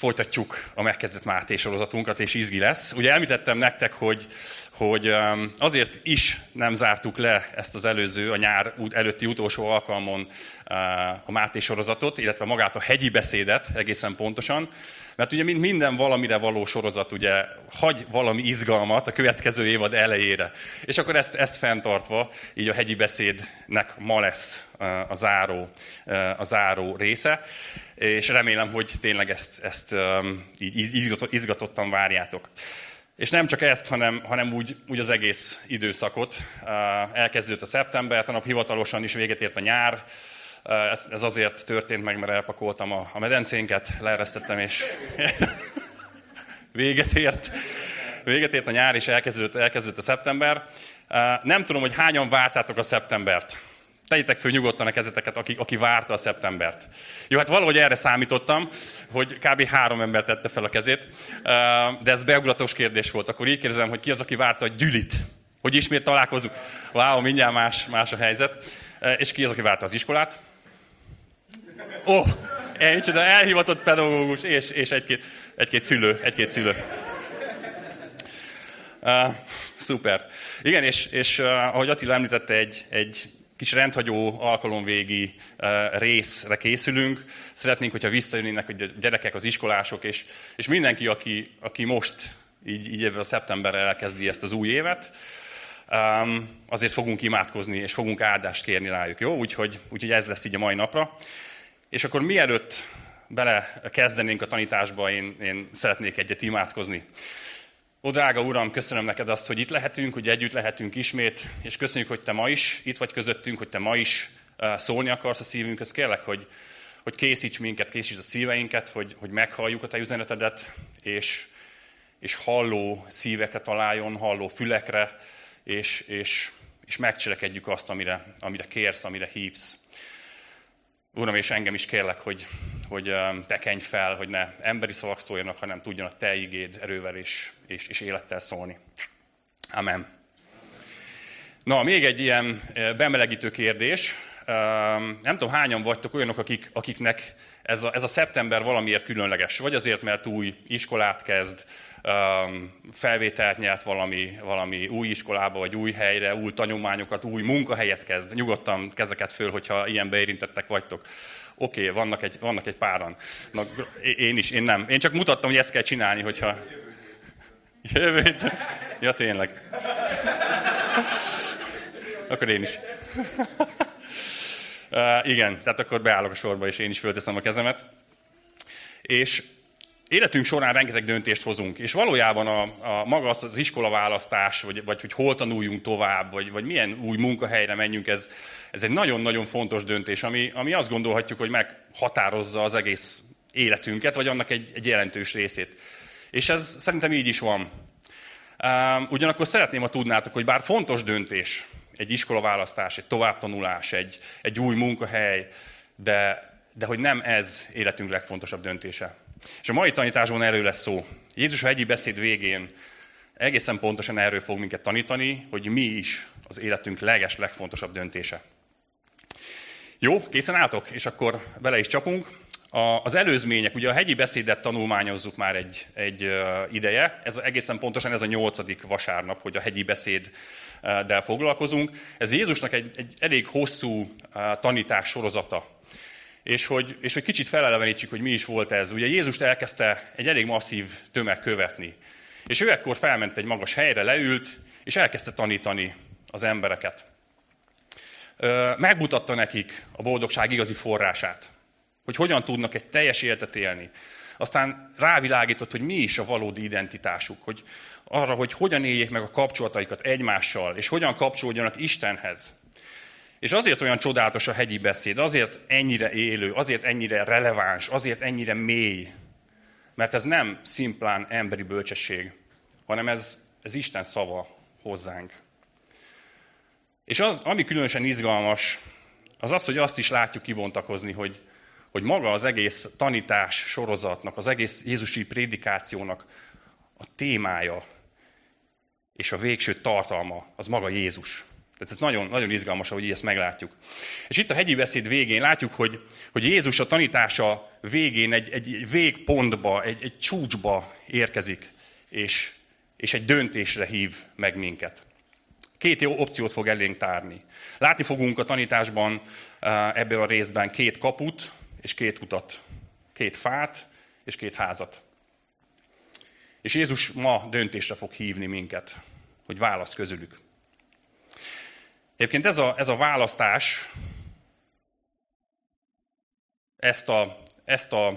folytatjuk a megkezdett Máté sorozatunkat, és izgi lesz. Ugye említettem nektek, hogy azért is nem zártuk le ezt az előző, a nyár előtti utolsó alkalmon a Máté sorozatot, illetve magát a hegyi beszédet egészen pontosan, mert ugye minden valamire való sorozat ugye hagy valami izgalmat a következő évad elejére. És akkor ezt fenntartva, így a hegyi beszédnek ma lesz a záró része, és remélem, hogy tényleg ezt így izgatottan várjátok. És nem csak ezt, hanem úgy az egész időszakot. Elkezdődött a szeptember, tanap hivatalosan is véget ért a nyár. Ez azért történt meg, mert elpakoltam a medencénket, leeresztettem, és véget ért a nyár, és elkezdődött a szeptember. Nem tudom, hogy hányan vártátok a szeptembert. Tegyétek föl nyugodtan a kezeteket, aki várta a szeptembert. Jó, hát valahogy erre számítottam, hogy kb. 3 ember tette fel a kezét, de ez beugratós kérdés volt. Akkor így kérdezem, hogy ki az, aki várta a Gyülit, hogy ismét találkozunk. Wow, mindjárt más a helyzet. És ki az, aki várta az iskolát? Micsoda elhivatott pedagógus, és egy-két szülő. Szuper. Igen, és ahogy Attila említette, egy kis rendhagyó alkalomvégi részre készülünk. Szeretnénk, hogyha visszajönnének a gyerekek, az iskolások, és mindenki, aki most így ebben a szeptemberrel elkezdi ezt az új évet, azért fogunk imádkozni, és fogunk áldást kérni rájuk, jó? Úgyhogy ez lesz így a mai napra. És akkor mielőtt belekezdenénk a tanításba, én szeretnék egyet imádkozni. Ó, drága Uram, köszönöm neked azt, hogy itt lehetünk, hogy együtt lehetünk ismét, és köszönjük, hogy te ma is itt vagy közöttünk, hogy te ma is szólni akarsz a szívünkhöz. Kérlek, hogy készíts minket, készíts a szíveinket, hogy meghalljuk a te üzenetedet, és halló szívekre találjon, halló fülekre, és megcselekedjük azt, amire kérsz, amire hívsz. Uram, és engem is kérlek, hogy te kenj fel, hogy ne emberi szavak szóljanak, hanem tudjon a te igéd erővel és élettel szólni. Amen. Na, még egy ilyen bemelegítő kérdés. Nem tudom, hányan vagytok olyanok, akiknek ez a szeptember valamiért különleges. Vagy azért, mert új iskolát kezd, felvételt nyert valami új iskolába, vagy új helyre, új tanulmányokat, új munkahelyet kezd. Nyugodtan kezeket föl, hogyha ilyen beérintettek vagytok. Oké, vannak egy páran. Na, én nem. Én csak mutattam, hogy ezt kell csinálni, hogyha... Jövőt. Ja, tényleg. Akkor én is. Igen, tehát akkor beállok a sorba, és én is fölteszem a kezemet. És életünk során rengeteg döntést hozunk, és valójában a maga az iskolaválasztás, vagy hogy hol tanuljunk tovább, vagy milyen új munkahelyre menjünk, ez egy nagyon-nagyon fontos döntés, ami azt gondolhatjuk, hogy meghatározza az egész életünket, vagy annak egy jelentős részét. És ez szerintem így is van. Ugyanakkor szeretném, ha tudnátok, hogy bár fontos döntés, egy iskolaválasztás, egy továbbtanulás, egy új munkahely, de hogy nem ez életünk legfontosabb döntése. És a mai tanításban erről lesz szó. Jézus a hegyi beszéd végén egészen pontosan erről fog minket tanítani, hogy mi is az életünk legfontosabb döntése. Jó, készen álltok? És akkor bele is csapunk. Az előzmények, ugye a hegyi beszédet tanulmányozzuk már egy ideje, ez egészen pontosan ez a 8. vasárnap, hogy a hegyi beszéddel foglalkozunk. Ez Jézusnak egy elég hosszú tanítás sorozata. És hogy kicsit felelevenítsük, hogy mi is volt ez. Ugye Jézust elkezdte egy elég masszív tömeg követni. És ő ekkor felment egy magas helyre, leült, és elkezdte tanítani az embereket. Megmutatta nekik a boldogság igazi forrását, hogy hogyan tudnak egy teljes életet élni. Aztán rávilágított, hogy mi is a valódi identitásuk, hogy arra, hogy hogyan éljék meg a kapcsolataikat egymással, és hogyan kapcsolódjanak Istenhez. És azért olyan csodálatos a hegyi beszéd, azért ennyire élő, azért ennyire releváns, azért ennyire mély, mert ez nem szimplán emberi bölcsesség, hanem ez Isten szava hozzánk. És ami különösen izgalmas, az, hogy azt is látjuk kibontakozni, hogy maga az egész tanítás sorozatnak, az egész jézusi prédikációnak a témája és a végső tartalma az maga Jézus. Tehát ez nagyon, nagyon izgalmas, ahogy ezt meglátjuk. És itt a hegyi beszéd végén látjuk, hogy Jézus a tanítása végén egy végpontba, egy csúcsba érkezik, és egy döntésre hív meg minket. Két jó opciót fog elénk tárni. Látni fogunk a tanításban ebben a részben 2 kaput és 2 utat, 2 fát és 2 házat. És Jézus ma döntésre fog hívni minket, hogy válasz közülük. Egyébként ez a választás, ezt a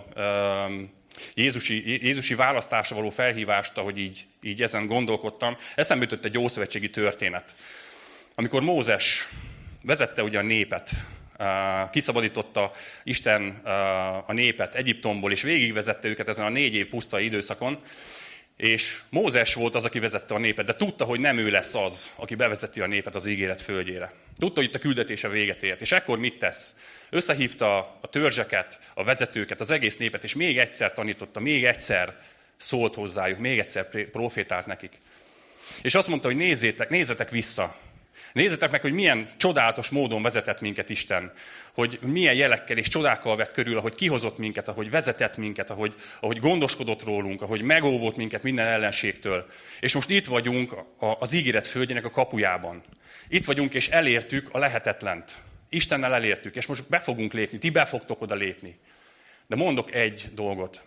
Jézusi választásra való felhívást, ahogy így ezen gondolkodtam, eszembe jutott egy ószövetségi történet. Amikor Mózes vezette ugye a népet, kiszabadította Isten a népet Egyiptomból, és végigvezette őket ezen a 4 év pusztai időszakon, és Mózes volt az, aki vezette a népet, de tudta, hogy nem ő lesz az, aki bevezeti a népet az ígéret földjére. Tudta, hogy itt a küldetése véget ért. És ekkor mit tesz? Összehívta a törzseket, a vezetőket, az egész népet, és még egyszer tanította, még egyszer szólt hozzájuk, még egyszer profétált nekik. És azt mondta, hogy nézzetek vissza. Nézzetek meg, hogy milyen csodálatos módon vezetett minket Isten, hogy milyen jelekkel és csodákkal vett körül, ahogy kihozott minket, ahogy vezetett minket, ahogy gondoskodott rólunk, ahogy megóvott minket minden ellenségtől. És most itt vagyunk az ígéret földjének a kapujában. Itt vagyunk, és elértük a lehetetlent. Istennel elértük, és most be fogunk lépni, ti be fogtok oda lépni. De mondok egy dolgot,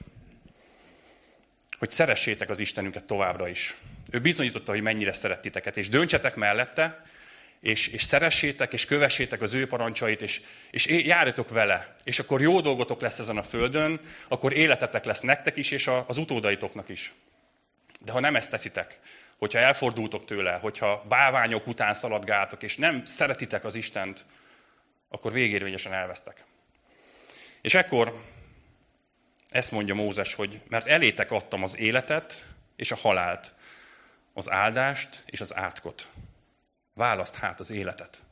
hogy szeressétek az Istenünket továbbra is. Ő bizonyította, hogy mennyire szeret titeket, és döntsetek mellette, és szeressétek, és kövessétek az ő parancsait, és járjatok vele. És akkor jó dolgotok lesz ezen a földön, akkor életetek lesz nektek is, és az utódaitoknak is. De ha nem ezt teszitek, hogyha elfordultok tőle, hogyha bálványok után szaladgáltok, és nem szeretitek az Istent, akkor végérvényesen elvesztek. És ekkor ezt mondja Mózes, hogy mert elétek adtam az életet és a halált, az áldást és az átkot. Választ hát az életet.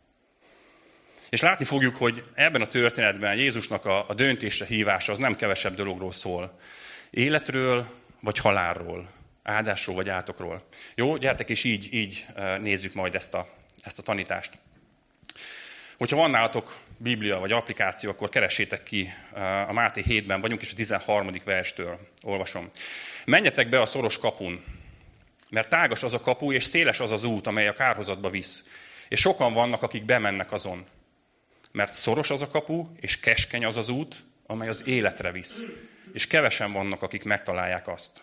És látni fogjuk, hogy ebben a történetben Jézusnak a döntésre hívása az nem kevesebb dologról szól. Életről vagy halálról, áldásról vagy átokról. Jó, gyertek és így nézzük majd ezt a tanítást. Hogyha van nálatok Biblia vagy applikáció, akkor keressétek ki, a Máté 7-ben vagyunk, és a 13. verstől olvasom. Menjetek be a szoros kapun, mert tágas az a kapu, és széles az az út, amely a kárhozatba visz. És sokan vannak, akik bemennek azon. Mert szoros az a kapu, és keskeny az az út, amely az életre visz. És kevesen vannak, akik megtalálják azt.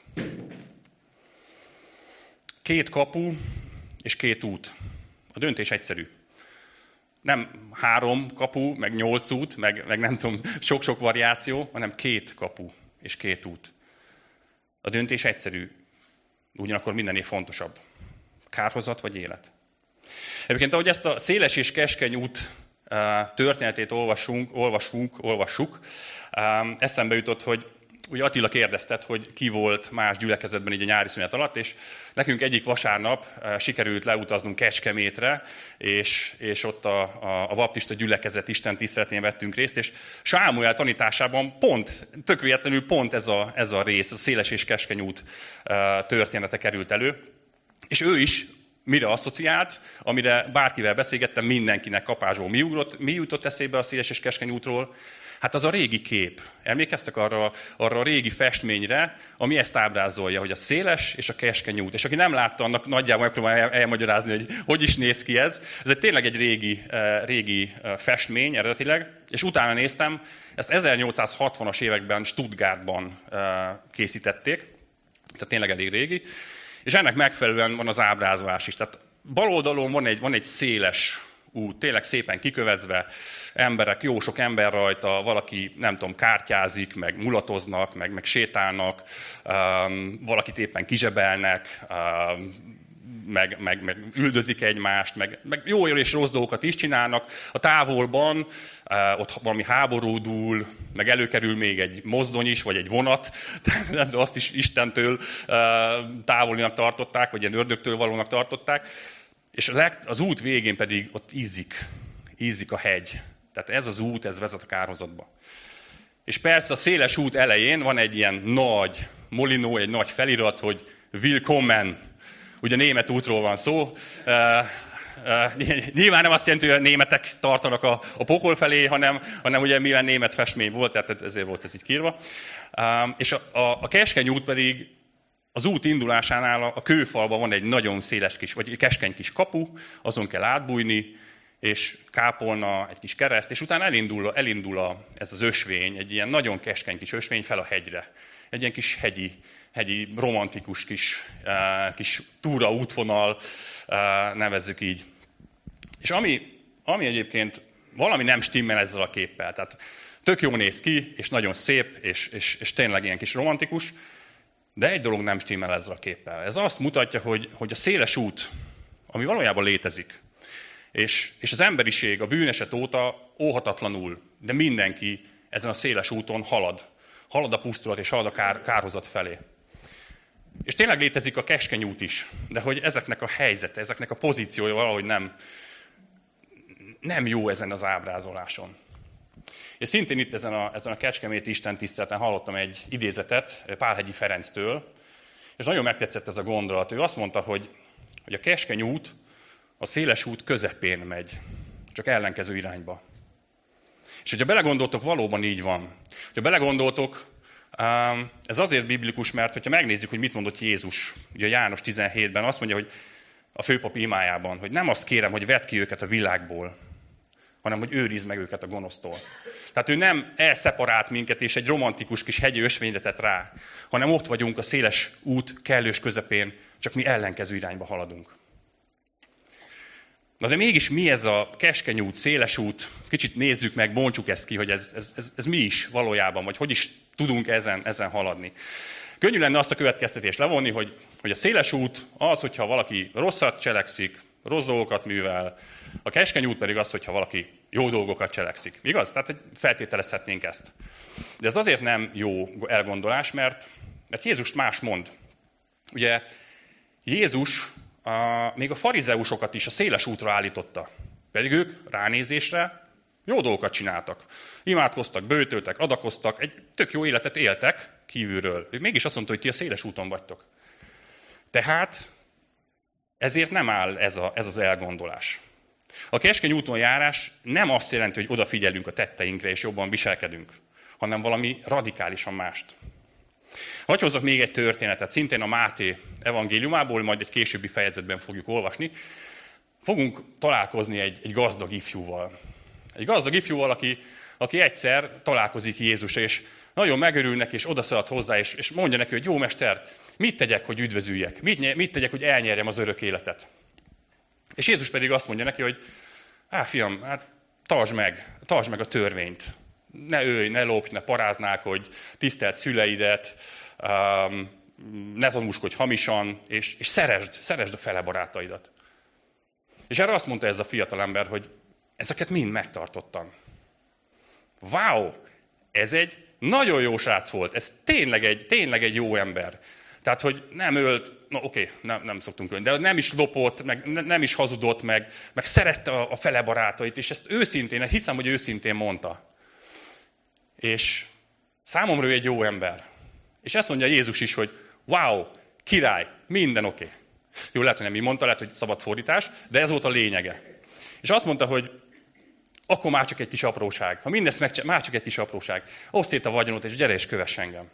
2 kapu és 2 út. A döntés egyszerű. Nem 3 kapu, meg 8 út, meg nem tudom, sok-sok variáció, hanem 2 kapu és 2 út. A döntés egyszerű, ugyanakkor mindennél fontosabb. Kárhozat vagy élet. Egyébként, ahogy ezt a széles és keskeny út történetét olvassuk, eszembe jutott, hogy ugye Attila kérdezted, hogy ki volt más gyülekezetben így a nyári szünet alatt, és nekünk egyik vasárnap sikerült leutaznunk Kecskemétre, és ott a baptista gyülekezet istentiszteletén vettünk részt, és Sámuel tanításában tök véletlenül pont ez a rész, a széles és keskeny út története került elő, és ő is mire asszociált, amire bárkivel beszélgettem, mindenkinek kapásból mi jutott eszébe a széles és keskeny útról? Hát az a régi kép. Emlékeztek arra a régi festményre, ami ezt ábrázolja, hogy a széles és a keskeny út. És aki nem látta, annak nagyjából megpróbálja elmagyarázni, hogy is néz ki ez. Ez tényleg egy régi festmény eredetileg, és utána néztem, ezt 1860-as években Stuttgartban készítették, tehát tényleg elég régi, és ennek megfelelően van az ábrázolás is. Tehát bal oldalon van egy széles út, tényleg szépen kikövezve, emberek, jó sok ember rajta, valaki, nem tudom, kártyázik, meg mulatoznak, meg sétálnak, valakit éppen kizsebelnek, meg üldözik egymást, meg jó és rossz dolgokat is csinálnak. A távolban ott valami háború dúl, meg előkerül még egy mozdony is, vagy egy vonat, de azt is Istentől távolinak tartották, vagy ilyen ördögtől valónak tartották. És az út végén pedig ott ízzik a hegy. Tehát ez az út, ez vezet a kárhozatba. És persze a széles út elején van egy ilyen nagy molinó, egy nagy felirat, hogy Willkommen. Ugye német útról van szó. Nyilván nem azt jelenti, hogy a németek tartanak a pokol felé, hanem ugye mivel német festmény volt, tehát ezért volt ez így kiírva. És a keskeny út pedig az út indulásánál a kőfalban van egy nagyon széles kis, vagy keskeny kis kapu, azon kell átbújni, és kápolna, egy kis kereszt, és utána elindul ez az ösvény, egy ilyen nagyon keskeny kis ösvény fel a hegyre. Egy ilyen kis hegyi romantikus kis túra útvonal, nevezzük így. És ami egyébként valami nem stimmel ezzel a képpel, tehát tök jó néz ki, és nagyon szép, és tényleg ilyen kis romantikus, de egy dolog nem stimmel ezzel a képpel. Ez azt mutatja, hogy a széles út, ami valójában létezik, és az emberiség a bűneset óta óhatatlanul, de mindenki ezen a széles úton halad. Halad a pusztulat, és halad a kárhozat felé. És tényleg létezik a keskeny út is, de hogy ezeknek a helyzete, ezeknek a pozíciója valahogy nem jó ezen az ábrázoláson. És szintén itt ezen a kecskeméti istentiszteleten hallottam egy idézetet Pálhegyi Ferenctől, és nagyon megtetszett ez a gondolat. Ő azt mondta, hogy a keskeny út a széles út közepén megy, csak ellenkező irányba. És hogyha belegondoltok, valóban így van. Ha belegondoltok, ez azért biblikus, mert hogyha megnézzük, hogy mit mondott Jézus, ugye a János 17-ben azt mondja, hogy a főpapi imájában, hogy nem azt kérem, hogy vedd ki őket a világból, hanem hogy őrizd meg őket a gonosztól. Tehát ő nem elszeparált minket, és egy romantikus kis hegyi ösvényre tett rá, hanem ott vagyunk a széles út kellős közepén, csak mi ellenkező irányba haladunk. Na de mégis mi ez a keskeny út, széles út? Kicsit nézzük meg, bontsuk ezt ki, hogy ez mi is valójában, vagy hogy is tudunk ezen haladni. Könnyű lenne azt a következtetést levonni, hogy a széles út az, hogyha valaki rosszat cselekszik, rossz dolgokat művel, a keskeny út pedig az, hogyha valaki jó dolgokat cselekszik. Igaz? Tehát feltételezhetnénk ezt. De ez azért nem jó elgondolás, mert Jézus más mond. Ugye Jézus még a farizeusokat is a széles útra állította. Pedig ők ránézésre jó dolgokat csináltak. Imádkoztak, böjtöltek, adakoztak, egy tök jó életet éltek kívülről. Ő mégis azt mondta, hogy ti a széles úton vagytok. Tehát ezért nem áll ez az elgondolás. A keskeny úton járás nem azt jelenti, hogy odafigyelünk a tetteinkre és jobban viselkedünk, hanem valami radikálisan mást. Hadd hozzak még egy történetet, szintén a Máté evangéliumából, majd egy későbbi fejezetben fogjuk olvasni. Fogunk találkozni egy gazdag ifjúval. Egy gazdag ifjúval, aki egyszer találkozik Jézus, és nagyon megörül neki, és odaszalad hozzá, és mondja neki, hogy jó mester, mit tegyek, hogy üdvözüljek? Mit tegyek, hogy elnyerjem az örök életet? És Jézus pedig azt mondja neki, hogy fiam, hát tartsd meg a törvényt. Ne ölj, ne lopj, ne paráználkodj, tiszteld szüleidet, ne tanúskodj hamisan, és szeresd a fele barátaidat. És erre azt mondta ez a fiatalember, hogy ezeket mind megtartottam. Wow! Ez egy nagyon jó srác volt, ez tényleg egy jó ember. Tehát, hogy nem ölt, nem szoktunk ölni, de nem is lopott, meg nem is hazudott, meg szerette a fele barátait, és ezt őszintén, hiszem, hogy őszintén mondta. És számomra ő egy jó ember. És ezt mondja Jézus is, hogy wow, király, minden oké. Jó, lehet, hogy nem így mondta, lehet, hogy szabad fordítás, de ez volt a lényege. És azt mondta, hogy akkor már csak egy kis apróság. Ha mindezt már csak egy kis apróság. Oszd szét a vagyonot, és gyere és kövess engem.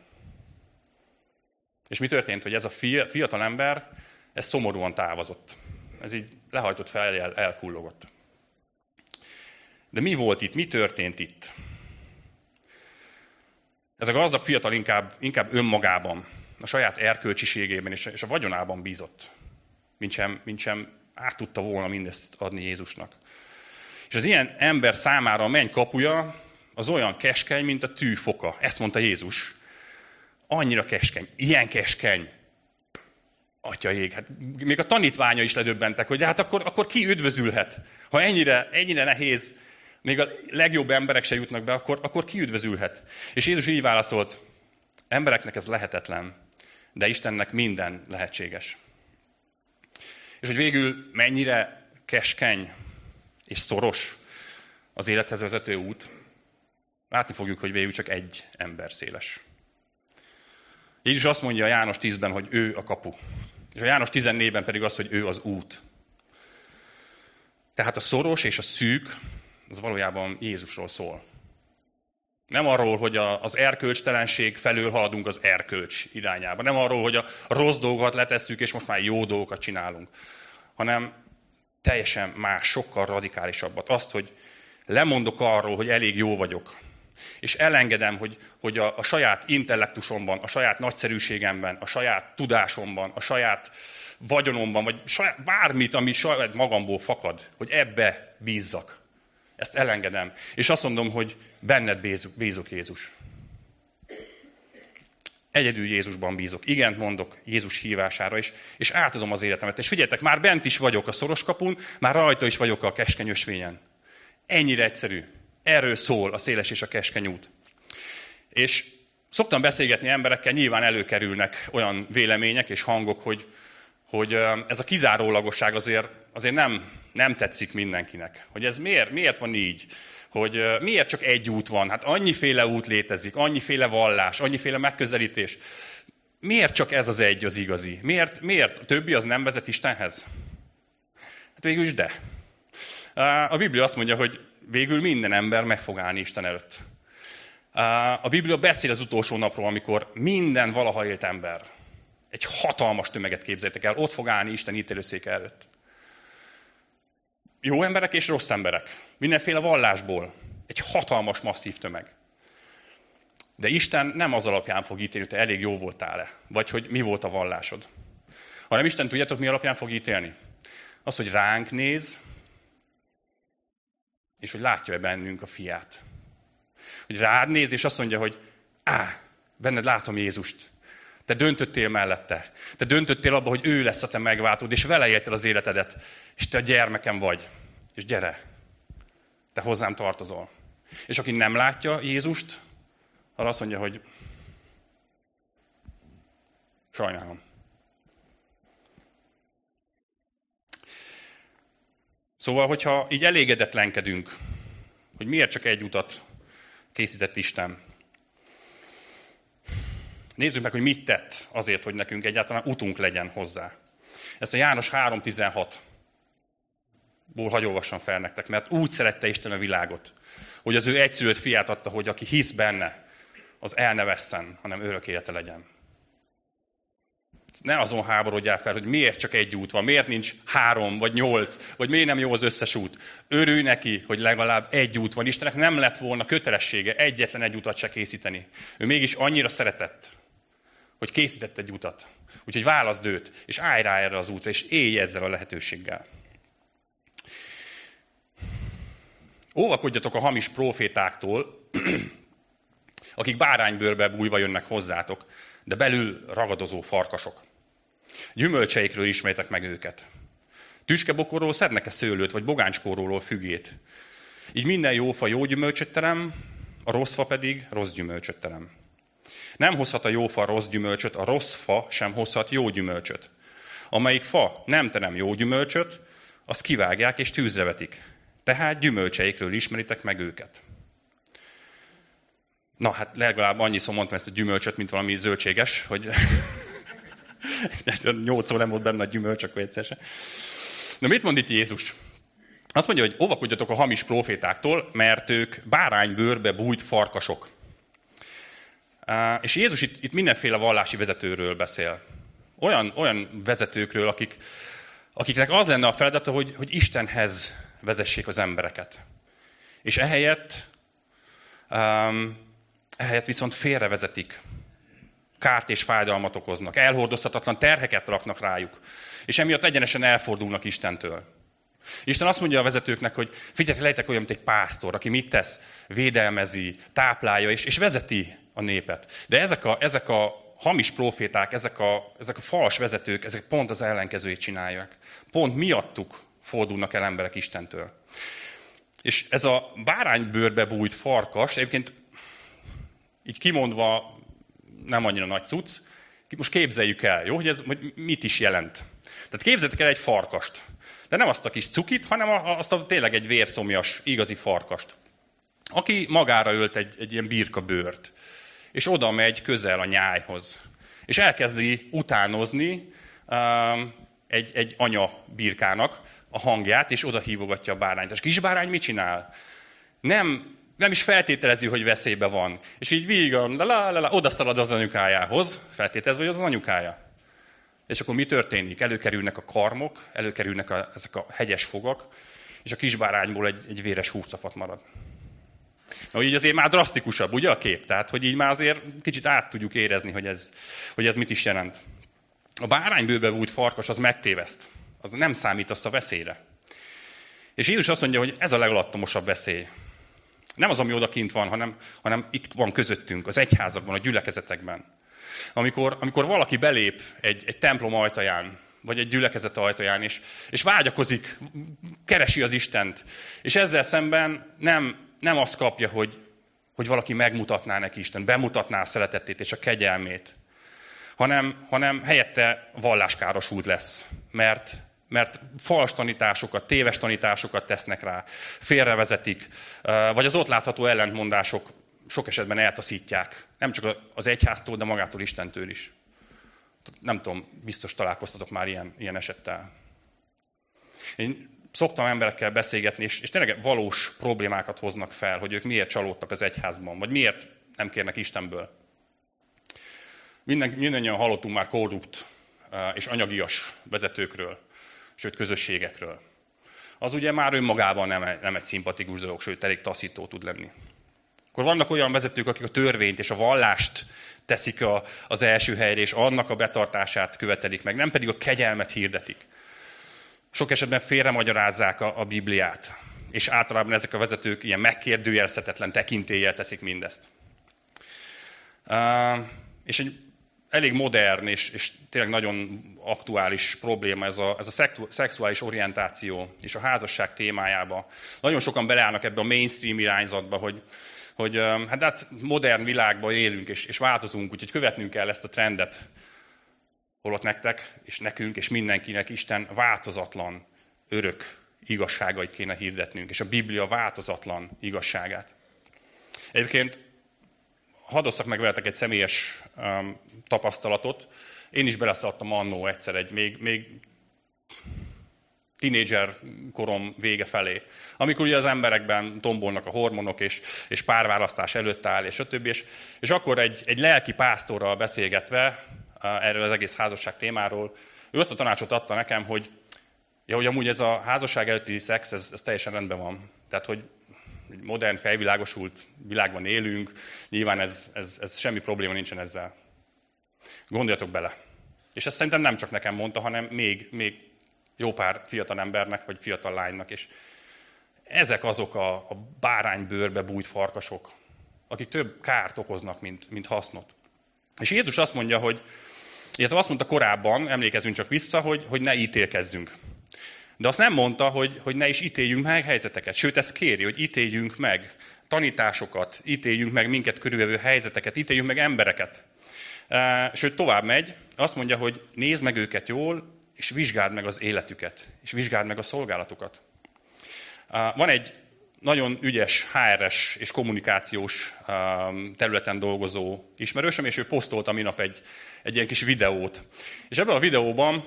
És mi történt, hogy ez a fiatal ember, ez szomorúan távozott. Ez így lehajtott fel, elkullogott. De mi volt itt? Mi történt itt? Ez a gazdag fiatal inkább önmagában, a saját erkölcsiségében és a vagyonában bízott, mint sem át tudta volna mindezt adni Jézusnak. És az ilyen ember számára a menny kapuja az olyan keskeny, mint a tű foka. Ezt mondta Jézus. Annyira keskeny, ilyen keskeny. Atyaég, hát még a tanítványa is ledöbbentek, hogy hát akkor ki üdvözülhet? Ha ennyire nehéz, még a legjobb emberek se jutnak be, akkor ki üdvözülhet? És Jézus így válaszolt, embereknek ez lehetetlen, de Istennek minden lehetséges. És hogy végül mennyire keskeny és szoros az élethez vezető út, látni fogjuk, hogy végül csak egy ember széles. Jézus azt mondja a János 10-ben, hogy ő a kapu. És a János 14-ben pedig azt, hogy ő az út. Tehát a szoros és a szűk, az valójában Jézusról szól. Nem arról, hogy az erkölcstelenség felől haladunk az erkölcs irányába. Nem arról, hogy a rossz dolgokat letesszük, és most már jó dolgokat csinálunk. Hanem teljesen más, sokkal radikálisabbat. Azt, hogy lemondok arról, hogy elég jó vagyok. És elengedem, hogy a saját intellektusomban, a saját nagyszerűségemben, a saját tudásomban, a saját vagyonomban, vagy bármit, ami saját magamból fakad, hogy ebbe bízzak. Ezt elengedem. És azt mondom, hogy benned bízok, Jézus. Egyedül Jézusban bízok. Igent mondok Jézus hívására, és átadom az életemet. És figyeljetek, már bent is vagyok a szoros kapun, már rajta is vagyok a keskeny ösvényen. Ennyire egyszerű. Erről szól a széles és a keskeny út. És szoktam beszélgetni emberekkel, nyilván előkerülnek olyan vélemények és hangok, hogy ez a kizárólagosság azért nem tetszik mindenkinek. Hogy ez miért van így? Hogy miért csak egy út van? Hát annyiféle út létezik, annyiféle vallás, annyiféle megközelítés. Miért csak ez az egy az igazi? Miért? A többi az nem vezet Istenhez? Hát végül is de. A Biblia azt mondja, hogy végül minden ember meg fog állni Isten előtt. A Biblia beszél az utolsó napról, amikor minden valaha élt ember, egy hatalmas tömeget képzeljétek el, ott fog állni Isten ítélőszéke előtt. Jó emberek és rossz emberek. Mindenféle vallásból. Egy hatalmas, masszív tömeg. De Isten nem az alapján fog ítélni, hogy te elég jó voltál-e, vagy hogy mi volt a vallásod. Hanem Isten tudjátok, mi alapján fog ítélni? Az, hogy ránk néz, és hogy látja-e bennünk a fiát. Hogy rád néz, és azt mondja, hogy benned látom Jézust. Te döntöttél mellette. Te döntöttél abba, hogy ő lesz a te megváltód, és vele éltél az életedet. És te a gyermekem vagy. És gyere, te hozzám tartozol. És aki nem látja Jézust, arra azt mondja, hogy sajnálom. Szóval, hogyha így elégedetlenkedünk, hogy miért csak egy utat készített Isten, nézzük meg, hogy mit tett azért, hogy nekünk egyáltalán utunk legyen hozzá. Ezt a János 3.16-ból hadd olvassam fel nektek, mert úgy szerette Isten a világot, hogy az ő egyszülött fiát adta, hogy aki hisz benne, az el ne vesszen, hanem örök élete legyen. Ne azon háborodjál fel, hogy miért csak egy út van, miért nincs 3 vagy 8, vagy miért nem jó az összes út. Örülj neki, hogy legalább egy út van. Istennek nem lett volna kötelessége egyetlen egy utat se készíteni. Ő mégis annyira szeretett, hogy készített egy utat. Úgyhogy válaszd őt, és állj rá erre az útra, és élj ezzel a lehetőséggel. Óvakodjatok a hamis prófétáktól, akik báránybőrbe bújva jönnek hozzátok, de belül ragadozó farkasok. Gyümölcseikről ismertek meg őket. Tüskebokorról szednek-e szőlőt, vagy bogáncskóróról fügét? Így minden jó fa jó gyümölcsöt terem, a rossz fa pedig rossz gyümölcsöt terem. Nem hozhat a jó fa rossz gyümölcsöt, a rossz fa sem hozhat jó gyümölcsöt. Amelyik fa nem terem jó gyümölcsöt, azt kivágják és tűzre vetik. Tehát gyümölcseikről ismeritek meg őket. Na, hát legalább annyiszor mondtam ezt a gyümölcsöt, mint valami zöldséges, hogy 8 nem volt benne a gyümölcs, akkor egyszer se. Na, mit mond itt Jézus? Azt mondja, hogy óvakodjatok a hamis prófétáktól, mert ők báránybőrbe bújt farkasok. És Jézus itt mindenféle vallási vezetőről beszél. Olyan vezetőkről, akiknek az lenne a feladata, hogy Istenhez vezessék az embereket. És ehelyett viszont félrevezetik. Kárt és fájdalmat okoznak. Elhordozhatatlan terheket raknak rájuk. És emiatt egyenesen elfordulnak Istentől. Isten azt mondja a vezetőknek, hogy figyeljetek, lejtek olyan, mint egy pásztor, aki mit tesz? Védelmezi, táplálja és vezeti a népet. De ezek a hamis próféták, ezek a fals vezetők, ezek pont az ellenkezőjét csinálják. Pont miattuk fordulnak el emberek Istentől. És ez a báránybőrbe bújt farkas, egyébként így kimondva nem annyira nagy cucc, most képzeljük el, jó, hogy mit is jelent. Tehát képzeljétek el egy farkast. De nem azt a kis cukit, hanem tényleg egy vérszomjas, igazi farkast. Aki magára ölt egy ilyen birka bőrt, és oda megy közel a nyájhoz. És elkezdi utánozni, egy anya birkának a hangját, és oda hívogatja a bárányt. És a kisbárány mit csinál? Nem is feltételezi, hogy veszélybe van. És így végig odaszalad az anyukájához, feltételezve, hogy az anyukája. És akkor mi történik? Előkerülnek a karmok, előkerülnek ezek a hegyes fogak, és a kisbárányból egy véres húrcafat marad. Na, így azért már drasztikusabb, ugye a kép? Tehát, hogy így már azért kicsit át tudjuk érezni, hogy ez mit is jelent. A báránybőrbe vújt farkas az megtéveszt. Az nem számít azt a veszélyre. És Jézus azt mondja, hogy ez a legalattomosabb veszély. Nem az, ami odakint van, hanem itt van közöttünk, az egyházakban, a gyülekezetekben. Amikor valaki belép egy templom ajtaján, vagy egy gyülekezet ajtaján, és vágyakozik, keresi az Istent, és ezzel szemben nem azt kapja, hogy valaki megmutatná neki Isten, bemutatná a szeretetét és a kegyelmét, hanem helyette valláskárosult lesz, mert fals tanításokat, téves tanításokat tesznek rá, félrevezetik, vagy az ott látható ellentmondások sok esetben eltaszítják. Nem csak az egyháztól, de magától Istentől is. Nem tudom, biztos találkoztatok már ilyen esettel. Én szoktam emberekkel beszélgetni, és tényleg valós problémákat hoznak fel, hogy ők miért csalódtak az egyházban, vagy miért nem kérnek Istenből. Mindannyian hallottunk már korrupt és anyagias vezetőkről, sőt közösségekről. Az ugye már önmagában nem egy szimpatikus dolog, sőt elég taszító tud lenni. Akkor vannak olyan vezetők, akik a törvényt és a vallást teszik az első helyre, és annak a betartását követelik meg, nem pedig a kegyelmet hirdetik. Sok esetben félremagyarázzák a Bibliát, és általában ezek a vezetők ilyen megkérdőjelezhetetlen tekintéllyel teszik mindezt. És egy elég modern és tényleg nagyon aktuális probléma ez a szexuális orientáció és a házasság témájába. Nagyon sokan beleállnak ebbe a mainstream irányzatba, hogy hát modern világban élünk és változunk, úgyhogy követnünk kell ezt a trendet. Holott nektek, és nekünk, és mindenkinek Isten változatlan, örök igazságait kéne hirdetnünk, és a Biblia változatlan igazságát. Egyébként hadd osszak meg veletek egy személyes tapasztalatot. Én is beleszaladtam annó egyszer még tínédzser korom vége felé. Amikor ugye az emberekben tombolnak a hormonok, és párválasztás előtt áll, és a többi. És akkor egy lelki pásztorral beszélgetve erről az egész házasság témáról, ő azt a tanácsot adta nekem, hogy amúgy ez a házasság előtti szex, ez teljesen rendben van. Tehát, hogy modern, felvilágosult világban élünk, nyilván ez semmi probléma nincsen ezzel. Gondoljatok bele. És ezt szerintem nem csak nekem mondta, hanem még jó pár fiatal embernek, vagy fiatal lánynak. És ezek azok a báránybőrbe bújt farkasok, akik több kárt okoznak, mint hasznot. És Jézus azt mondja, illetve azt mondta korábban, emlékezzünk csak vissza, hogy ne ítélkezzünk. De azt nem mondta, hogy ne is ítéljünk meg helyzeteket. Sőt, ezt kéri, hogy ítéljünk meg tanításokat, ítéljünk meg minket körülvevő helyzeteket, ítéljünk meg embereket. Sőt, tovább megy, azt mondja, hogy nézd meg őket jól, és vizsgáld meg az életüket, és vizsgáld meg a szolgálatukat. Van egy nagyon ügyes HRS és kommunikációs területen dolgozó ismerősöm, és ő posztolta minap egy ilyen kis videót. És ebben a videóban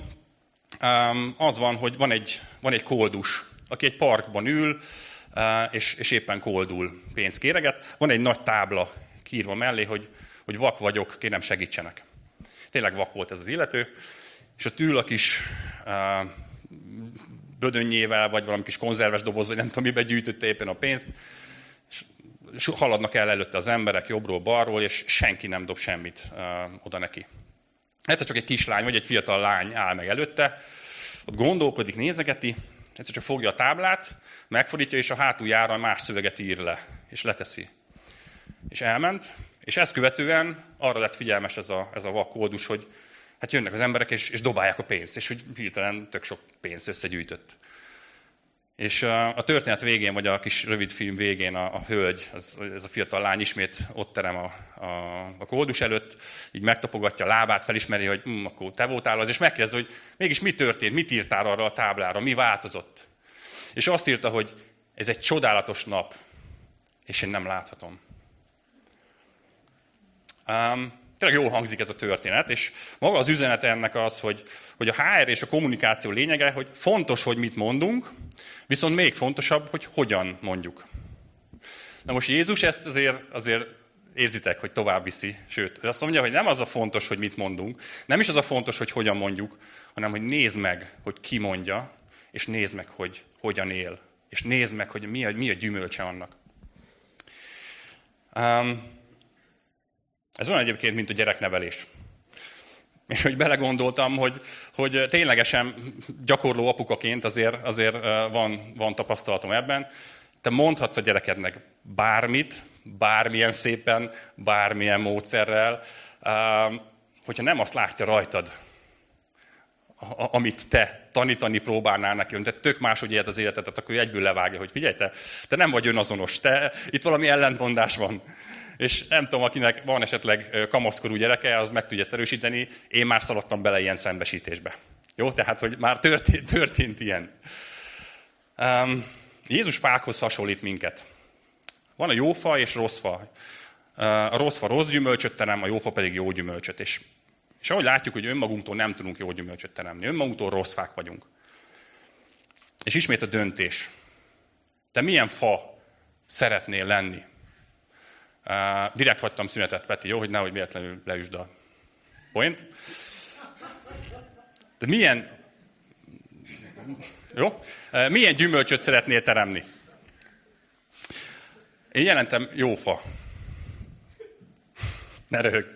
az van, hogy van egy koldus, aki egy parkban ül, és éppen koldul, pénzt kéreget. Van egy nagy tábla kiírva mellé, hogy vak vagyok, kérem segítsenek. Tényleg vak volt ez az illető, és ott ül a kis bödönnyével, vagy valami kis konzerves doboz, vagy nem tudom, miben gyűjtötte éppen a pénzt, és haladnak el előtte az emberek jobbról, balról, és senki nem dob semmit oda neki. Egyszer csak egy kislány, vagy egy fiatal lány áll meg előtte, ott gondolkodik, nézegeti, egyszer csak fogja a táblát, megfordítja, és a hátuljára más szöveget ír le, és leteszi. És elment, és ezt követően arra lett figyelmes ez a vak koldus, hogy hát jönnek az emberek, és dobálják a pénzt, és hogy hirtelen tök sok pénzt összegyűjtött. És a történet végén, vagy a kis rövid film végén a hölgy, ez a fiatal lány ismét ott terem a koldus előtt, így megtapogatja a lábát, felismeri, hogy akkor te voltál az, és megkérdezi, hogy mégis mi történt, mit írtál arra a táblára, mi változott. És azt írta, hogy ez egy csodálatos nap, és én nem láthatom. Tényleg jól hangzik ez a történet, és maga az üzenet ennek az, hogy a HR és a kommunikáció lényege, hogy fontos, hogy mit mondunk, viszont még fontosabb, hogy hogyan mondjuk. Na most Jézus ezt azért érzitek, hogy tovább viszi. Sőt, ő azt mondja, hogy nem az a fontos, hogy mit mondunk, nem is az a fontos, hogy hogyan mondjuk, hanem hogy nézd meg, hogy ki mondja, és nézd meg, hogy hogyan él. És nézd meg, hogy mi a gyümölcse annak. Ez olyan egyébként, mint a gyereknevelés. És hogy belegondoltam, hogy ténylegesen gyakorló apukaként azért van tapasztalatom ebben. Te mondhatsz a gyerekednek bármit, bármilyen szépen, bármilyen módszerrel, hogyha nem azt látja rajtad, amit te tanítani próbálnál neki, te tök máshogy élt az életedet, akkor ő egyből levágja, hogy figyelj, te nem vagy önazonos, itt valami ellentmondás van. És nem tudom, akinek van esetleg kamaszkorú gyereke, az meg tudja ezt erősíteni, én már szaladtam bele ilyen szembesítésbe. Jó, tehát, hogy már történt ilyen. Jézus fákhoz hasonlít minket. Van a jó fa és rossz fa. A rossz fa rossz gyümölcsöt terem, a jó fa pedig jó gyümölcsöt. És ahogy látjuk, hogy önmagunktól nem tudunk jó gyümölcsöt teremni. Önmagunktól rossz fák vagyunk. És ismét a döntés. Te milyen fa szeretnél lenni? Direkt hagytam szünetet, Peti, jó? Hogy nehogy véletlenül leüsd a point. De milyen gyümölcsöt szeretnél teremni? Én jelentem jó fa. Ne röhögj.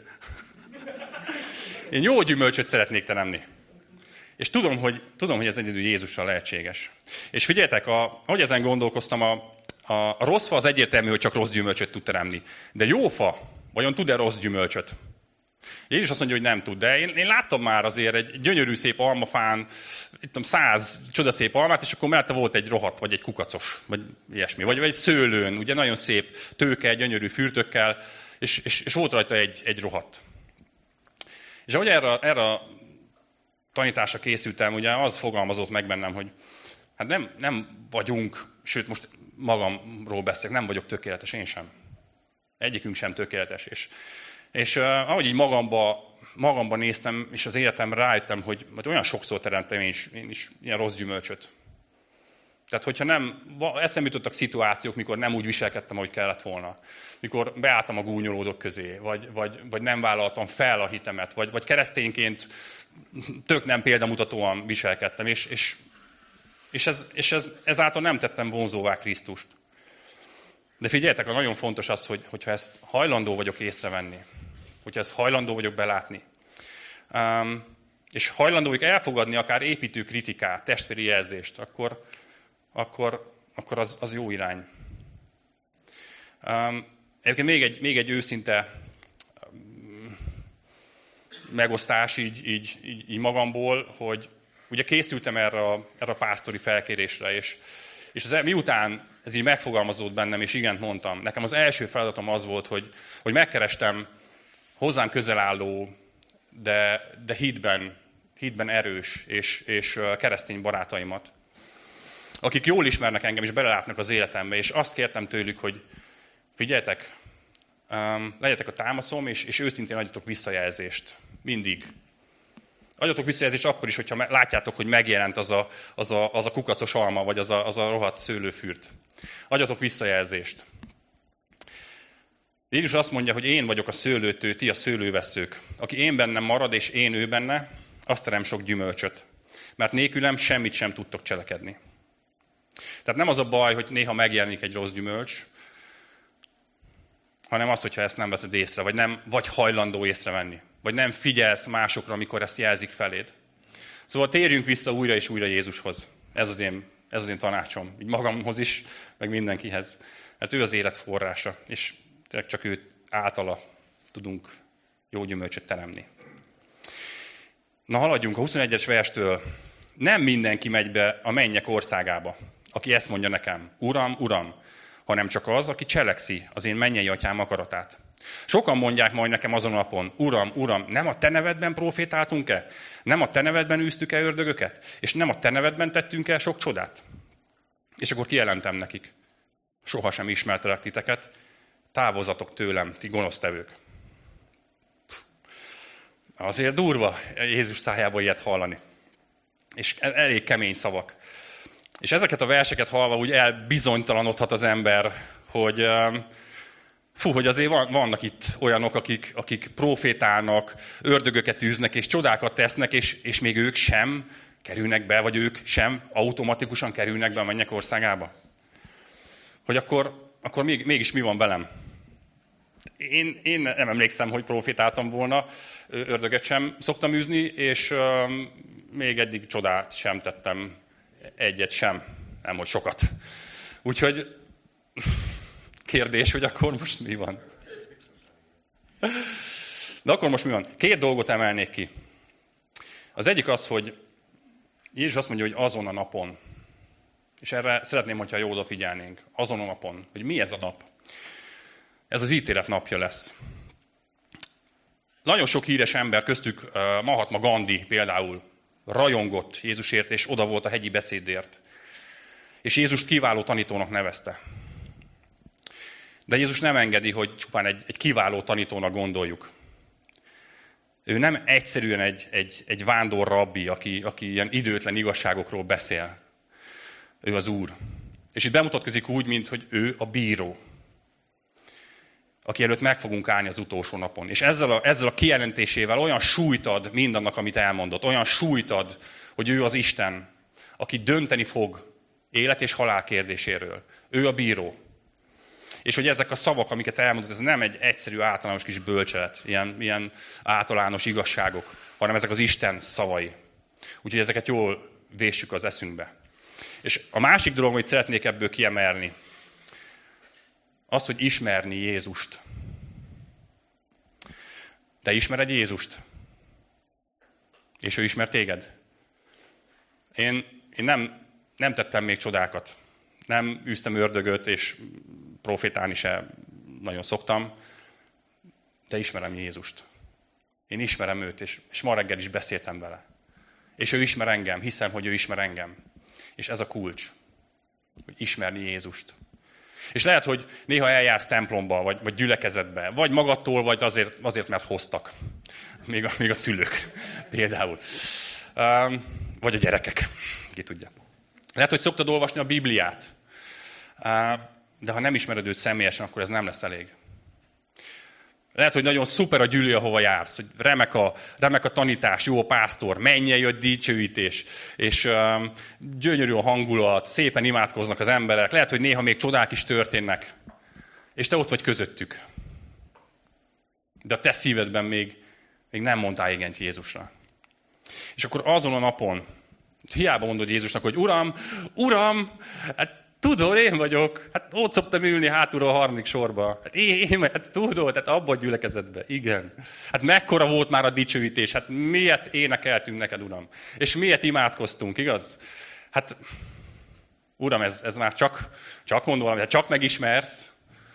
Én jó gyümölcsöt szeretnék teremni. És tudom, hogy ez egyedül Jézussal lehetséges. És figyeljetek, ahogy ezen gondolkoztam, a rossz fa az egyértelmű, hogy csak rossz gyümölcsöt tud teremni. De jó fa, vajon tud-e rossz gyümölcsöt? Jézus azt mondja, hogy nem tud. De én láttam már azért egy gyönyörű szép almafán, 100 csodaszép almát, és akkor mellette volt egy rohadt, vagy egy kukacos, vagy ilyesmi. Vagy egy szőlőn, ugye nagyon szép tőke, gyönyörű fürtökkel, és volt rajta egy rohadt. És ahogy erre a tanításra készültem, ugye az fogalmazott meg bennem, hogy hát nem vagyunk, sőt most magamról beszélek, nem vagyok tökéletes, én sem. Egyikünk sem tökéletes. És ahogy így magamba néztem, és az életemre rájöttem, hogy olyan sokszor teremtem én is ilyen rossz gyümölcsöt. Tehát, hogyha eszembe jutottak szituációk, mikor nem úgy viselkedtem, ahogy kellett volna. Mikor beálltam a gúnyolódók közé, vagy nem vállaltam fel a hitemet, vagy keresztényként tök nem példamutatóan viselkedtem, és ezáltal nem tettem vonzóvá Krisztust. De figyeljetek, nagyon fontos az, hogyha ezt hajlandó vagyok észrevenni, hogyha ezt hajlandó vagyok belátni, és hajlandó vagyok elfogadni akár építő kritikát, testvéri jelzést, akkor az jó irány. Egyébként még egy őszinte megosztás így magamból, hogy ugye készültem erre a pásztori felkérésre, és miután ez így megfogalmazódott bennem, és igent mondtam, nekem az első feladatom az volt, hogy megkerestem hozzám közel álló, de hitben erős és keresztény barátaimat, akik jól ismernek engem, és belelátnak az életembe, és azt kértem tőlük, hogy figyeljetek, legyetek a támaszom, és őszintén adjatok visszajelzést. Mindig. Adjatok visszajelzést akkor is, hogyha látjátok, hogy megjelent az a kukacos alma, vagy az a rohadt szőlőfürt. Adjatok visszajelzést. Jézus azt mondja, hogy én vagyok a szőlőtő, ti a szőlőveszők. Aki én bennem marad, és én ő benne, azt terem sok gyümölcsöt. Mert nélkülem semmit sem tudtok cselekedni. Tehát nem az a baj, hogy néha megjelenik egy rossz gyümölcs, hanem az, hogyha ezt nem veszed észre, vagy hajlandó észrevenni. Vagy nem figyelsz másokra, amikor ezt jelzik feléd. Szóval térjünk vissza újra és újra Jézushoz. Ez az én tanácsom. Így magamhoz is, meg mindenkihez. Mert ő az élet forrása, és csak ő általa tudunk jó gyümölcsöt teremni. Na, haladjunk a 21-es verstől. Nem mindenki megy be a mennyek országába, aki ezt mondja nekem, Uram, Uram, hanem csak az, aki cselekszi az én mennyei atyám akaratát. Sokan mondják majd nekem azon a napon, Uram, Uram, nem a te nevedben profétáltunk-e? Nem a te nevedben űztük-e ördögöket? És nem a te nevedben tettünk el sok csodát? És akkor kijelentem nekik, sohasem ismertelek titeket, távozzatok tőlem, ti gonosztevők. Azért durva Jézus szájából ilyet hallani. És elég kemény szavak. És ezeket a verseket hallva úgy elbizonytalanodhat az ember, hogy hogy azért vannak itt olyanok, akik profétálnak, ördögöket űznek, és csodákat tesznek, és még ők sem kerülnek be, vagy ők sem automatikusan kerülnek be a mennyek országába. Hogy akkor mégis mi van velem? Én nem emlékszem, hogy profétáltam volna, ördöget sem szoktam űzni, és még eddig csodát sem tettem, egyet sem, nem hogy sokat. Úgyhogy kérdés, hogy akkor most mi van? De akkor most mi van? 2 dolgot emelnék ki. Az egyik az, hogy Jézus azt mondja, hogy azon a napon, és erre szeretném, hogyha jól odafigyelnénk, azon a napon, hogy mi ez a nap. Ez az ítélet napja lesz. Nagyon sok híres ember, köztük Mahatma Gandhi például rajongott Jézusért, és oda volt a hegyi beszédért. És Jézust kiváló tanítónak nevezte. De Jézus nem engedi, hogy csupán egy kiváló tanítónak gondoljuk. Ő nem egyszerűen egy vándor rabbi, aki ilyen időtlen igazságokról beszél. Ő az Úr. És itt bemutatkozik úgy, mint hogy ő a bíró, aki előtt meg fogunk állni az utolsó napon. És ezzel a kijelentésével olyan súlyt ad mindannak, amit elmondott. Olyan súlyt ad, hogy ő az Isten, aki dönteni fog élet és halál kérdéséről. Ő a bíró. És hogy ezek a szavak, amiket elmondott, ez nem egy egyszerű általános kis bölcselet, ilyen általános igazságok, hanem ezek az Isten szavai. Úgyhogy ezeket jól véssük az eszünkbe. És a másik dolog, amit szeretnék ebből kiemelni, az, hogy ismerni Jézust. Te ismered Jézust? És ő ismer téged? Én nem tettem még csodákat. Nem űztem ördögöt, és profétálni se nagyon szoktam. De ismerem Jézust. Én ismerem őt, és ma reggel is beszéltem vele. És ő ismer engem, hiszem, hogy ő ismer engem. És ez a kulcs, hogy ismerni Jézust. És lehet, hogy néha eljársz templomba, vagy gyülekezetbe, vagy magadtól, vagy azért mert hoztak. Még a szülők például. Vagy a gyerekek, ki tudja. Lehet, hogy szoktad olvasni a Bibliát, de ha nem ismered őt személyesen, akkor ez nem lesz elég. Lehet, hogy nagyon szuper a gyűlő, ahova jársz, hogy remek a tanítás, jó a pásztor, mennyei a dicsőítés, és gyönyörű a hangulat, szépen imádkoznak az emberek, lehet, hogy néha még csodák is történnek, és te ott vagy közöttük. De a te szívedben még nem mondtál igent Jézusra. És akkor azon a napon, hiába mondod Jézusnak, hogy Uram, hát tudod, én vagyok. Hát ott szoktam ülni hátulról a 3. sorba. Hát hát tudod, hát abban a gyülekezetben. Igen. Hát mekkora volt már a dicsőítés. Hát miért énekeltünk neked, Uram? És miért imádkoztunk, igaz? Hát, Uram, ez már csak mondom valamit, hát csak megismersz.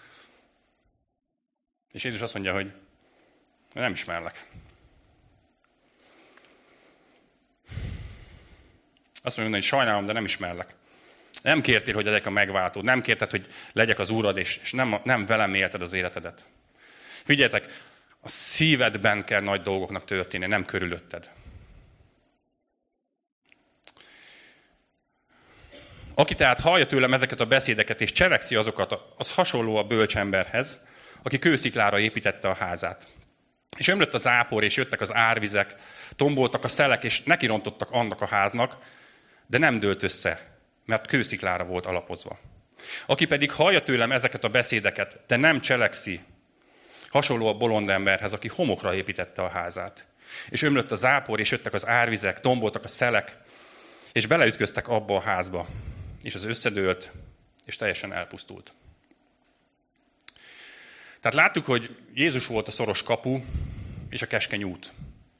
És Jézus azt mondja, hogy nem ismerlek. Azt mondja, hogy sajnálom, de nem ismerlek. Nem kértél, hogy legyek a megváltód, nem kérted, hogy legyek az Úrad, és nem velem élted az életedet. Figyeljetek, a szívedben kell nagy dolgoknak történni, nem körülötted. Aki tehát hallja tőlem ezeket a beszédeket, és cselekszi azokat, az hasonló a bölcs emberhez, aki kősziklára építette a házát. És ömlött a zápor, és jöttek az árvizek, tomboltak a szelek, és nekirontottak annak a háznak, de nem dőlt össze, mert kősziklára volt alapozva. Aki pedig hallja tőlem ezeket a beszédeket, de nem cselekszi, hasonló a bolond emberhez, aki homokra építette a házát. És ömlött a zápor, és jöttek az árvizek, tomboltak a szelek, és beleütköztek abba a házba, és az összedőlt, és teljesen elpusztult. Tehát láttuk, hogy Jézus volt a szoros kapu, és a keskeny út.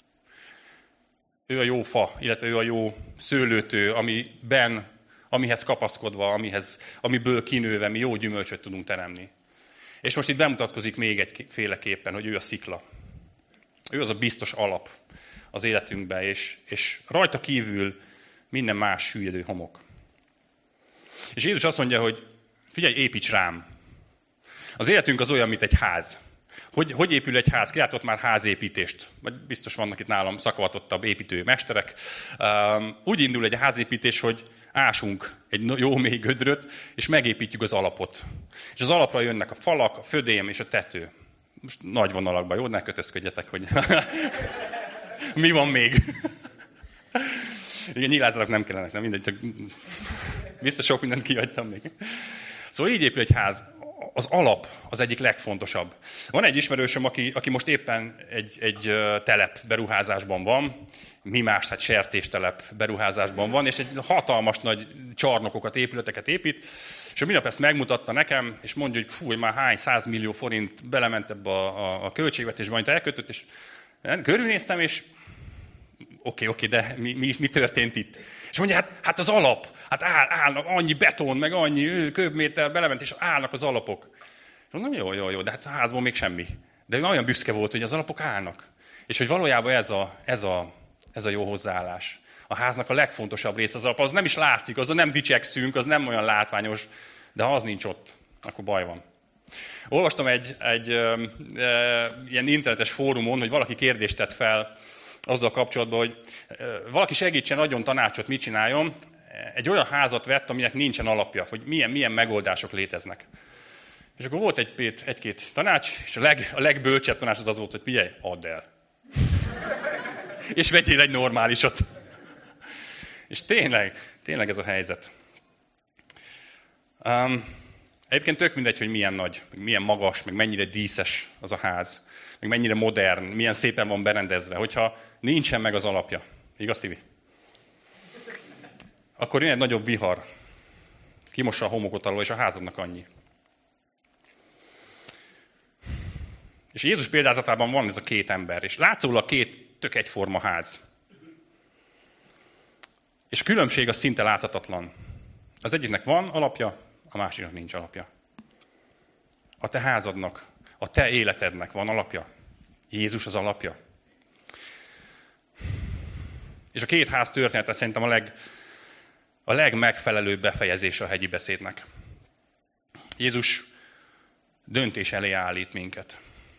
Ő a jó fa, illetve ő a jó szőlőtő, amihez kapaszkodva, amiből kinőve mi jó gyümölcsöt tudunk teremni. És most itt bemutatkozik még egyféleképpen, hogy ő a szikla. Ő az a biztos alap az életünkben, és rajta kívül minden más süllyedő homok. És Jézus azt mondja, hogy figyelj, építs rám. Az életünk az olyan, mint egy ház. Hogy épül egy ház? Ki látott már házépítést? Vagy biztos vannak itt nálam szakavatottabb építőmesterek. Úgy indul egy házépítés, hogy ásunk egy jó mély gödröt, és megépítjük az alapot. És az alapra jönnek a falak, a födém és a tető. Most nagy vonalakban, jó? Ne kötözködjetek, hogy mi van még. Igen, nyilázatok nem kellenek, nem mindegy. Biztos sok mindent kihagytam még. Szóval így épül egy ház. Az alap az egyik legfontosabb. Van egy ismerősöm, aki most éppen egy telep beruházásban van, mi más, hát sertéstelep beruházásban van, és egy hatalmas nagy csarnokokat, épületeket épít, és ő minap ezt megmutatta nekem, és mondja, hogy fú, hogy már hány 100 millió forint belement ebbe a költségvetésbe, amit elkötött, és körülnéztem, és oké, de mi történt itt? És mondja, hát az alap, hát állnak, annyi beton, meg annyi köbméter belement, és állnak az alapok. És mondom, jó, de hát a házból még semmi. De ő olyan büszke volt, hogy az alapok állnak. És hogy valójában ez a jó hozzáállás. A háznak a legfontosabb része az alap, az nem is látszik, azon nem dicsekszünk, az nem olyan látványos, de ha az nincs ott, akkor baj van. Olvastam egy ilyen internetes fórumon, hogy valaki kérdést tett fel azzal kapcsolatban, hogy valaki segítsen, adjon tanácsot, mit csináljon. Egy olyan házat vett, aminek nincsen alapja, hogy milyen megoldások léteznek. És akkor volt egy-két tanács, és a legbölcsebb tanács az volt, hogy figyelj, add el. És vegyél egy normálisat. És tényleg ez a helyzet. Egyébként tök mindegy, hogy milyen nagy, meg milyen magas, meg mennyire díszes az a ház, meg mennyire modern, milyen szépen van berendezve, hogyha nincsen meg az alapja. Igaz, Tibi? Akkor jön egy nagyobb vihar. Kimossa a homokot alól, és a házadnak annyi. És Jézus példázatában van ez a két ember, és látszólag két tök egyforma ház. És a különbség az szinte láthatatlan. Az egyiknek van alapja, a másiknak nincs alapja. A te házadnak, a te életednek van alapja. Jézus az alapja. És a két ház története szerintem a legmegfelelőbb befejezése a hegyi beszédnek. Jézus döntés elé állít minket.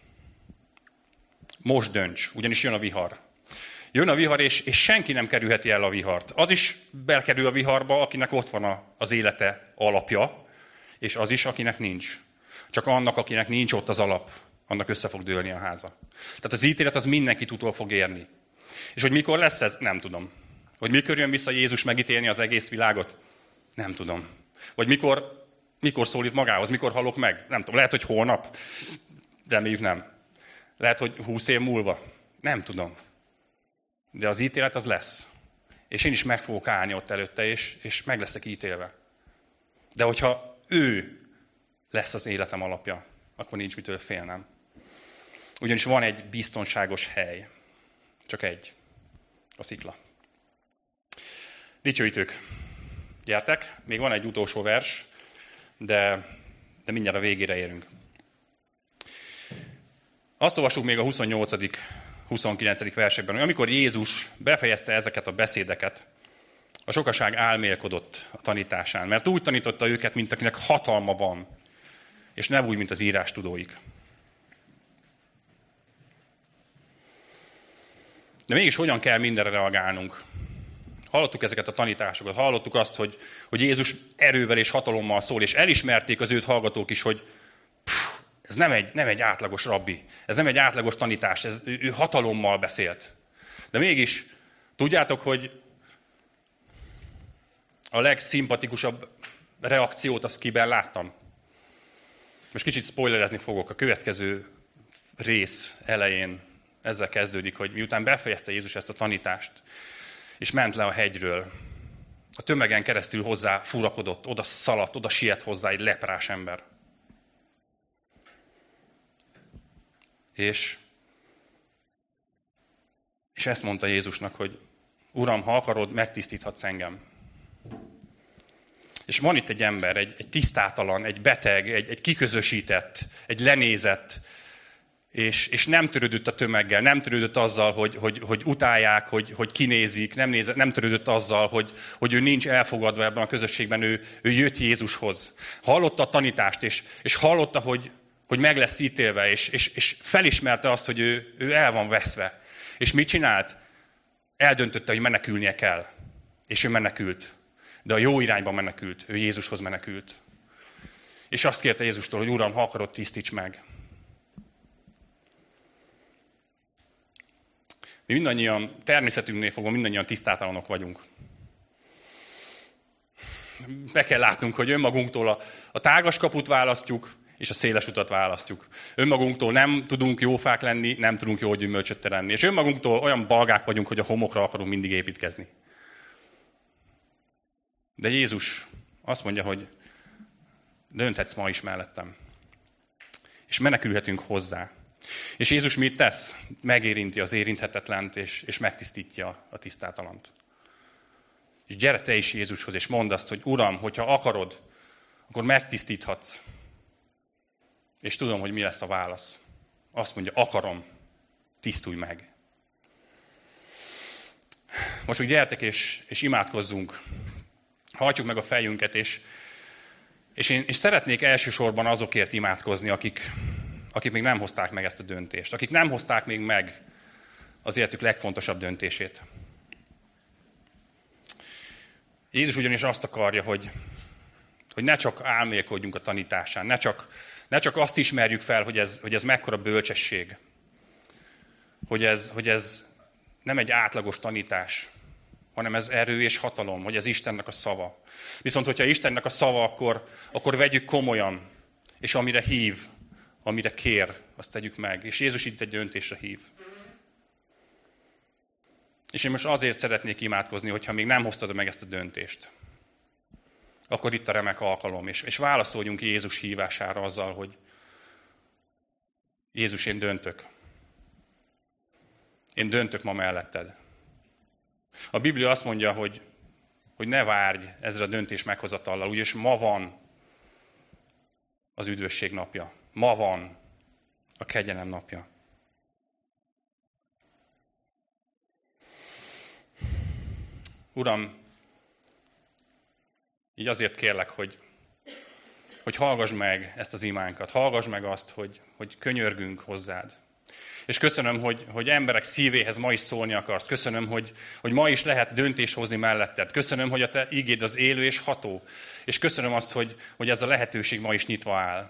Most dönts, ugyanis jön a vihar. Jön a vihar, és senki nem kerülheti el a vihart. Az is belkerül a viharba, akinek ott van az élete alapja, és az is, akinek nincs. Csak annak, akinek nincs ott az alap, annak össze fog dőlni a háza. Tehát az ítélet az mindenkit utol fog érni. És hogy mikor lesz ez? Nem tudom. Hogy mikor jön vissza Jézus megítélni az egész világot? Nem tudom. Vagy mikor szólít magához, mikor halok meg? Nem tudom. Lehet, hogy holnap? Reméljük nem. Lehet, hogy 20 év múlva? Nem tudom. De az ítélet az lesz. És én is meg fogok állni ott előtte, és meg leszek ítélve. De hogyha ő lesz az életem alapja, akkor nincs mitől félnem. Ugyanis van egy biztonságos hely. Csak egy. A szikla. Dicsőítők. Gyertek, még van egy utolsó vers, de mindjárt a végére érünk. Azt olvassuk még a 28.-29. versekben, hogy amikor Jézus befejezte ezeket a beszédeket, a sokaság álmélkodott a tanításán, mert úgy tanította őket, mint akinek hatalma van, és nem úgy, mint az írástudóik. De mégis hogyan kell mindenre reagálnunk? Hallottuk ezeket a tanításokat, hallottuk azt, hogy Jézus erővel és hatalommal szól, és elismerték az őt hallgatók is, hogy ez nem egy átlagos rabbi, ez nem egy átlagos tanítás, ő hatalommal beszélt. De mégis, tudjátok, hogy a legszimpatikusabb reakciót azt kiben láttam? Most kicsit spoilerezni fogok, a következő rész elején ezzel kezdődik, hogy miután befejezte Jézus ezt a tanítást, és ment le a hegyről, a tömegen keresztül hozzá furakodott, oda szaladt, oda siet hozzá egy leprás ember. És ezt mondta Jézusnak, hogy Uram, ha akarod, megtisztíthatsz engem. És van itt egy ember, egy tisztátalan, egy beteg, egy kiközösített, egy lenézett, és nem törődött a tömeggel, nem törődött azzal, hogy utálják, hogy kinézik, nem törődött azzal, hogy ő nincs elfogadva ebben a közösségben, ő jött Jézushoz. Hallotta a tanítást, és hallotta, hogy hogy meg lesz ítélve, és felismerte azt, hogy ő el van veszve. És mit csinált? Eldöntötte, hogy menekülnie kell. És ő menekült. De a jó irányba menekült. Ő Jézushoz menekült. És azt kérte Jézustól, hogy Uram, ha akarod, tisztíts meg. Mi mindannyian, természetünknél fogva mindannyian tisztátalanok vagyunk. Be kell látnunk, hogy önmagunktól a tágas kaput választjuk, és a széles utat választjuk. Önmagunktól nem tudunk jó fák lenni, nem tudunk jó gyümölcsöt teremni. És önmagunktól olyan balgák vagyunk, hogy a homokra akarunk mindig építkezni. De Jézus azt mondja, hogy dönthetsz ma is mellettem. És menekülhetünk hozzá. És Jézus mit tesz? Megérinti az érinthetetlent, és megtisztítja a tisztátalant. És gyere te is Jézushoz, és mondd azt, hogy Uram, hogyha akarod, akkor megtisztíthatsz. És tudom, hogy mi lesz a válasz. Azt mondja, akarom, tisztulj meg. Most még gyertek, és imádkozzunk. Hajtsuk meg a fejünket, és szeretnék elsősorban azokért imádkozni, akik még nem hozták meg ezt a döntést. Akik nem hozták még meg az életük legfontosabb döntését. Jézus ugyanis azt akarja, hogy ne csak álmélkodjunk a tanításán, ne csak azt ismerjük fel, hogy ez mekkora bölcsesség, hogy ez nem egy átlagos tanítás, hanem ez erő és hatalom, hogy ez Istennek a szava. Viszont, hogyha Istennek a szava, akkor vegyük komolyan, és amire hív, amire kér, azt tegyük meg. És Jézus itt egy döntésre hív. És én most azért szeretnék imádkozni, hogyha még nem hoztad meg ezt a döntést. Akkor itt a remek alkalom, és válaszoljunk Jézus hívására azzal, hogy Jézus, én döntök. Én döntök ma melletted. A Biblia azt mondja, hogy ne várj ezzel a döntés meghozatallal, ugyanis ma van az üdvösség napja. Ma van a kegyelem napja. Uram, így azért kérlek, hogy hallgass meg ezt az imánkat, hallgass meg azt, hogy könyörgünk hozzád. És köszönöm, hogy emberek szívéhez ma is szólni akarsz. Köszönöm, hogy ma is lehet döntés hozni melletted. Köszönöm, hogy a te igéd az élő és ható. És köszönöm azt, hogy ez a lehetőség ma is nyitva áll.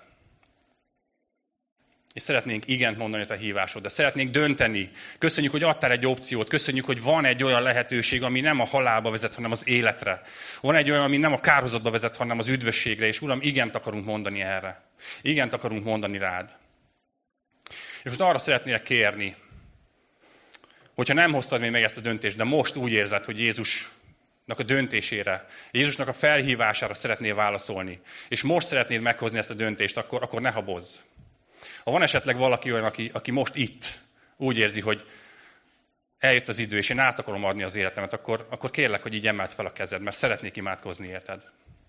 És szeretnénk igent mondani a te hívásodra. Szeretnénk dönteni. Köszönjük, hogy adtál egy opciót. Köszönjük, hogy van egy olyan lehetőség, ami nem a halálba vezet, hanem az életre. Van egy olyan, ami nem a kárhozatba vezet, hanem az üdvösségre. És Uram, igent akarunk mondani erre. Igent akarunk mondani rád. És most arra szeretnélek kérni, hogyha nem hoztad még meg ezt a döntést, de most úgy érzed, hogy Jézusnak a döntésére, Jézusnak a felhívására szeretnél válaszolni, és most szeretnéd meghozni ezt a döntést, akkor ne habozz. Ha van esetleg valaki olyan, aki most itt úgy érzi, hogy eljött az idő, és én át akarom adni az életemet, akkor kérlek, hogy így emeld fel a kezed, mert szeretnék imádkozni érted.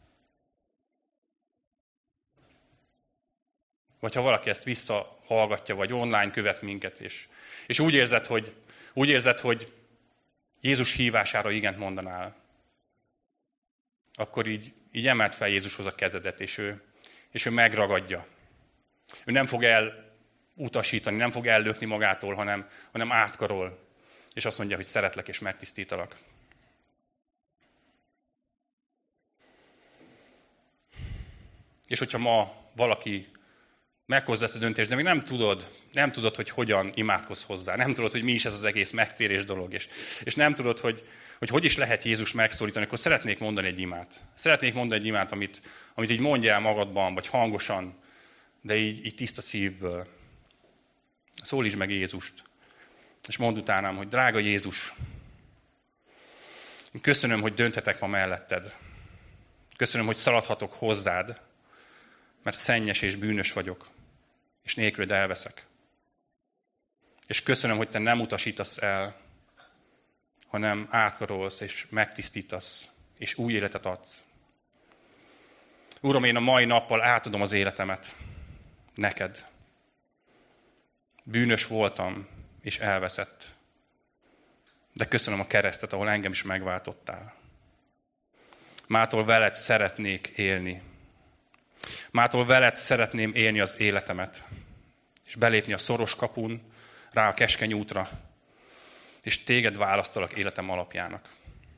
Vagy ha valaki ezt visszahallgatja, vagy online követ minket, és úgy érzed, hogy Jézus hívására igent mondanál, akkor így emeld fel Jézushoz a kezedet, és ő megragadja. Ő nem fog elutasítani, nem fog ellökni magától, hanem átkarol, és azt mondja, hogy szeretlek és megtisztítalak. És hogyha ma valaki meghozza ezt a döntést, de még nem tudod, hogy hogyan imádkozz hozzá. Nem tudod, hogy mi is ez az egész megtérés dolog. És nem tudod, hogy is lehet Jézus megszólítani, akkor szeretnék mondani egy imát. Szeretnék mondani egy imát, amit így mondja el magadban, vagy hangosan, de így tiszta szívből. Szólítsd meg Jézust. És mondd utánam, hogy drága Jézus, köszönöm, hogy dönthetek ma melletted. Köszönöm, hogy szaladhatok hozzád, mert szennyes és bűnös vagyok, és nélküled elveszek. És köszönöm, hogy te nem utasítasz el, hanem átkarolsz, és megtisztítasz, és új életet adsz. Uram, én a mai nappal átadom az életemet neked. Bűnös voltam, és elveszett. De köszönöm a keresztet, ahol engem is megváltottál. Mától veled szeretnék élni. Mától veled szeretném élni az életemet, és belépni a szoros kapun, rá a keskeny útra, és téged választalak életem alapjának.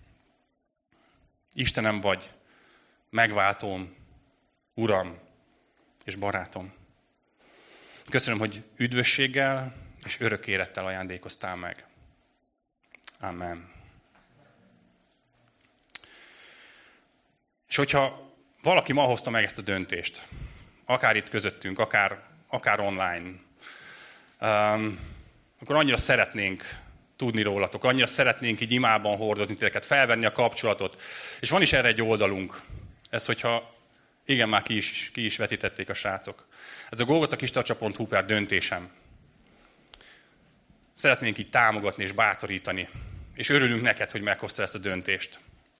Istenem vagy, megváltóm, Uram és barátom. Köszönöm, hogy üdvösséggel és örök élettel ajándékoztál meg. Amen. És hogyha valaki ma hozta meg ezt a döntést, akár itt közöttünk, akár online, akkor annyira szeretnénk tudni rólatok, annyira szeretnénk így imában hordozni titeket, felvenni a kapcsolatot. És van is erre egy oldalunk. Ez, hogyha igen, már ki is vetítették a srácok. Ez a golgotakistarcsa.hu/döntésem. Szeretnénk így támogatni és bátorítani. És örülünk neked, hogy meghoztad ezt a döntést.